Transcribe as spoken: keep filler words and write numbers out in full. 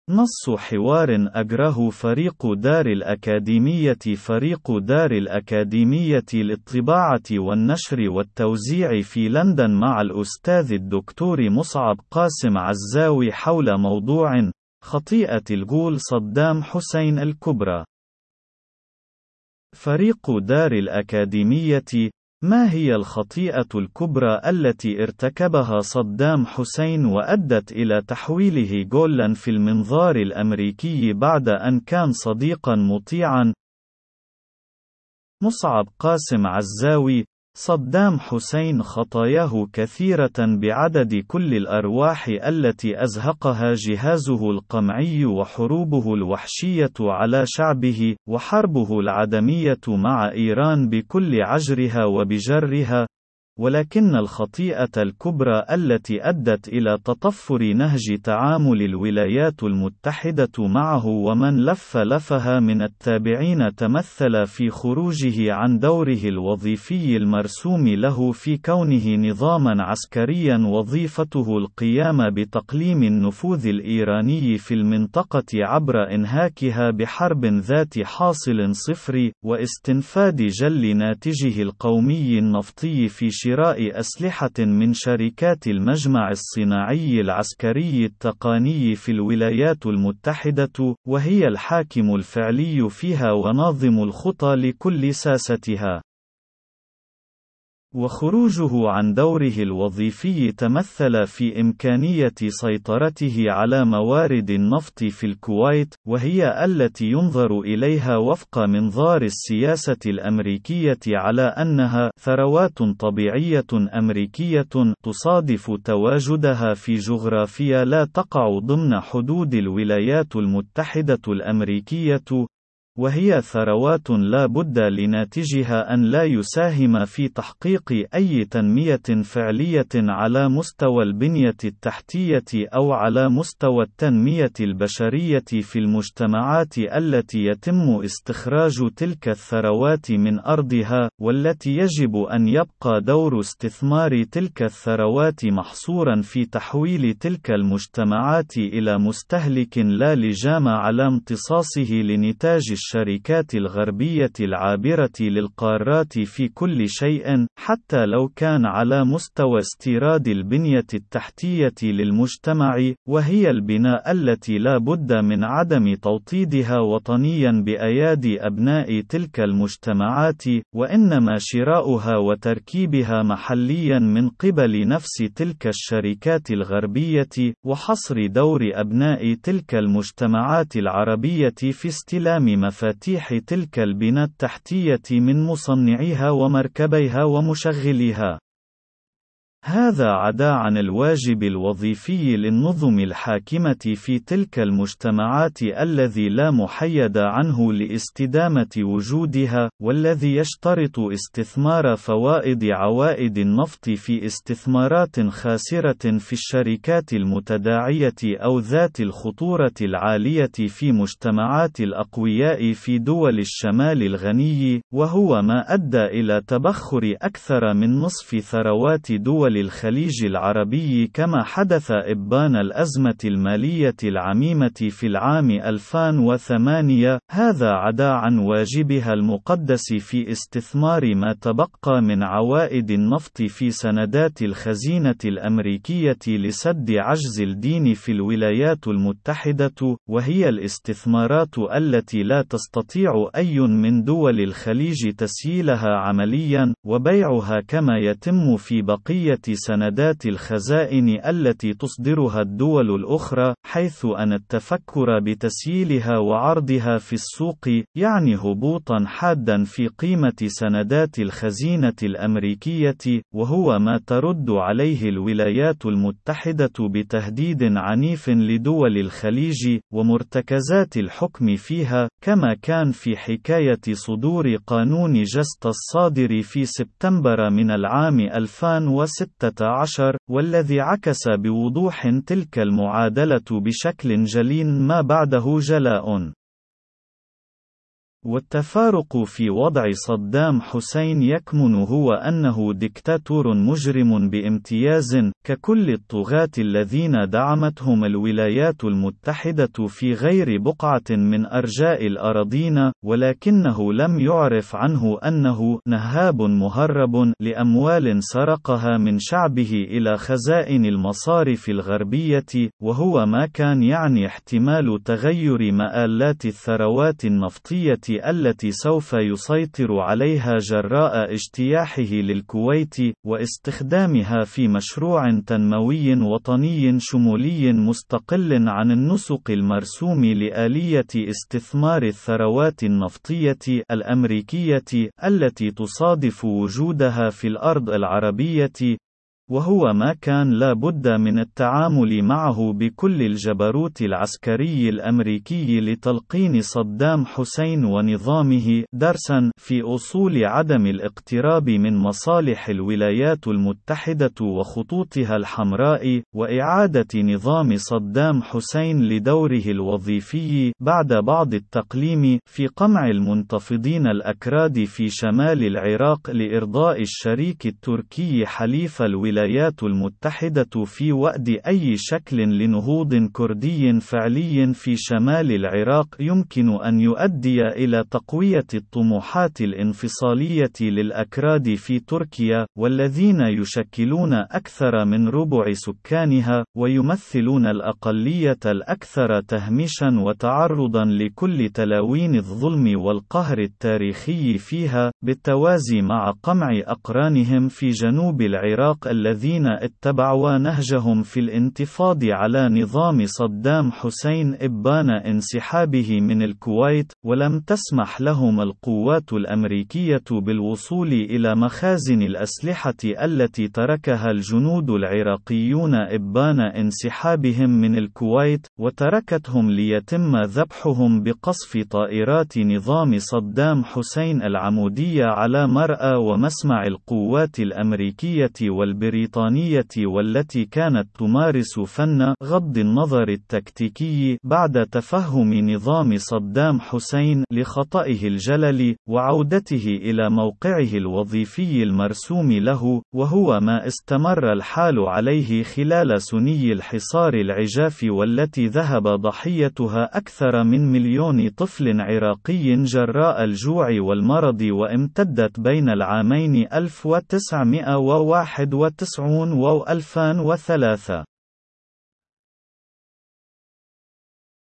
نص حوار أجره فريق دار الأكاديمية فريق دار الأكاديمية للطباعة والنشر والتوزيع في لندن مع الأستاذ الدكتور مصعب قاسم عزاوي حول موضوع خطيئة الغول صدام حسين الكبرى. فريق دار الأكاديمية: ما هي الخطيئة الكبرى التي ارتكبها صدام حسين وأدت إلى تحويله غولاً في المنظار الأمريكي بعد أن كان صديقاً مطيعاً؟ مصعب قاسم عزاوي: صدام حسين خطاياه كثيرة بعدد كل الأرواح التي أزهقها جهازه القمعي وحروبه الوحشية على شعبه، وحربه العدمية مع إيران بكل عجرها وبجرها. ولكن الخطيئة الكبرى التي أدت إلى تطفر نهج تعامل الولايات المتحدة معه ومن لف لفها من التابعين تمثل في خروجه عن دوره الوظيفي المرسوم له في كونه نظاماً عسكرياً وظيفته القيام بتقليم النفوذ الإيراني في المنطقة عبر إنهاكها بحرب ذات حاصل صفر، واستنفاد جل ناتجه القومي النفطي في شراء أسلحة من شركات المجمع الصناعي العسكري التقني في الولايات المتحدة، وهي الحاكم الفعلي فيها وناظم الخطى لكل ساستها. وخروجه عن دوره الوظيفي تمثل في إمكانية سيطرته على موارد النفط في الكويت، وهي التي ينظر إليها وفق منظار السياسة الأمريكية على أنها ثروات طبيعية أمريكية تصادف تواجدها في جغرافيا لا تقع ضمن حدود الولايات المتحدة الأمريكية، وهي ثروات لا بد لناتجها أن لا يساهم في تحقيق أي تنمية فعلية على مستوى البنية التحتية أو على مستوى التنمية البشرية في المجتمعات التي يتم استخراج تلك الثروات من أرضها، والتي يجب أن يبقى دور استثمار تلك الثروات محصورا في تحويل تلك المجتمعات إلى مستهلك لا لجام على امتصاصه لنتاج الشركات الغربية العابرة للقارات في كل شيء، حتى لو كان على مستوى استيراد البنية التحتية للمجتمع، وهي البناء التي لا بد من عدم توطيدها وطنيا بأيادي أبناء تلك المجتمعات، وإنما شراؤها وتركيبها محليا من قبل نفس تلك الشركات الغربية، وحصر دور أبناء تلك المجتمعات العربية في استلام مفاتيح تلك البنى التحتية من مصنعيها ومركبيها ومشغليها. هذا عدا عن الواجب الوظيفي للنظم الحاكمة في تلك المجتمعات الذي لا محيد عنه لاستدامة وجودها، والذي يشترط استثمار فوائد عوائد النفط في استثمارات خاسرة في الشركات المتداعية أو ذات الخطورة العالية في مجتمعات الأقوياء في دول الشمال الغني، وهو ما أدى إلى تبخر أكثر من نصف ثروات دول الخليج العربي، كما حدث إبان الأزمة المالية العميمة في العام ألفين وثمانية. هذا عدا عن واجبها المقدس في استثمار ما تبقى من عوائد النفط في سندات الخزينة الأمريكية لسد عجز الدين في الولايات المتحدة، وهي الاستثمارات التي لا تستطيع أي من دول الخليج تسييلها عمليا، وبيعها كما يتم في بقية سندات الخزائن التي تصدرها الدول الأخرى، حيث أن التفكر بتسييلها وعرضها في السوق يعني هبوطا حادا في قيمة سندات الخزينة الأمريكية، وهو ما ترد عليه الولايات المتحدة بتهديد عنيف لدول الخليج ومرتكزات الحكم فيها، كما كان في حكاية صدور قانون جست الصادر في سبتمبر من العام ألفين وستة عشر، والذي عكس بوضوح تلك المعادلة بشكل جلي ما بعده جلاء. والتفارق في وضع صدام حسين يكمن هو أنه ديكتاتور مجرم بامتياز، ككل الطغاة الذين دعمتهم الولايات المتحدة في غير بقعة من أرجاء الأراضين، ولكنه لم يعرف عنه أنه نهاب مهرب لأموال سرقها من شعبه إلى خزائن المصارف الغربية، وهو ما كان يعني احتمال تغير مآلات الثروات النفطية التي سوف يسيطر عليها جراء اجتياحه للكويت، واستخدامها في مشروع تنموي وطني شمولي مستقل عن النسق المرسوم لآلية استثمار الثروات النفطية الأمريكية التي تصادف وجودها في الأرض العربية، وهو ما كان لا بد من التعامل معه بكل الجبروت العسكري الأمريكي لتلقين صدام حسين ونظامه درسا في أصول عدم الاقتراب من مصالح الولايات المتحدة وخطوطها الحمراء، وإعادة نظام صدام حسين لدوره الوظيفي بعد بعض التقليم في قمع المنتفضين الأكراد في شمال العراق لإرضاء الشريك التركي حليف الولايات الولايات المتحدة في وأد أي شكل لنهوض كردي فعلي في شمال العراق يمكن أن يؤدي إلى تقوية الطموحات الانفصالية للأكراد في تركيا، والذين يشكلون أكثر من ربع سكانها، ويمثلون الأقلية الأكثر تهميشا وتعرضا لكل تلاوين الظلم والقهر التاريخي فيها، بالتوازي مع قمع أقرانهم في جنوب العراق الذين اتبعوا نهجهم في الانتفاض على نظام صدام حسين إبان انسحابه من الكويت، ولم تسمح لهم القوات الأمريكية بالوصول إلى مخازن الأسلحة التي تركها الجنود العراقيون إبان انسحابهم من الكويت، وتركتهم ليتم ذبحهم بقصف طائرات نظام صدام حسين العمودية على مرأى ومسمع القوات الأمريكية والبريطانية، والتي كانت تمارس فن غض النظر التكتيكي بعد تفهم نظام صدام حسين لخطئه الجلل وعودته إلى موقعه الوظيفي المرسوم له، وهو ما استمر الحال عليه خلال سني الحصار العجاف، والتي ذهب ضحيتها أكثر من مليون طفل عراقي جراء الجوع والمرض، وامتدت بين العامين ألف وتسعمائة وواحد وتسعين و ألفين وثلاثة.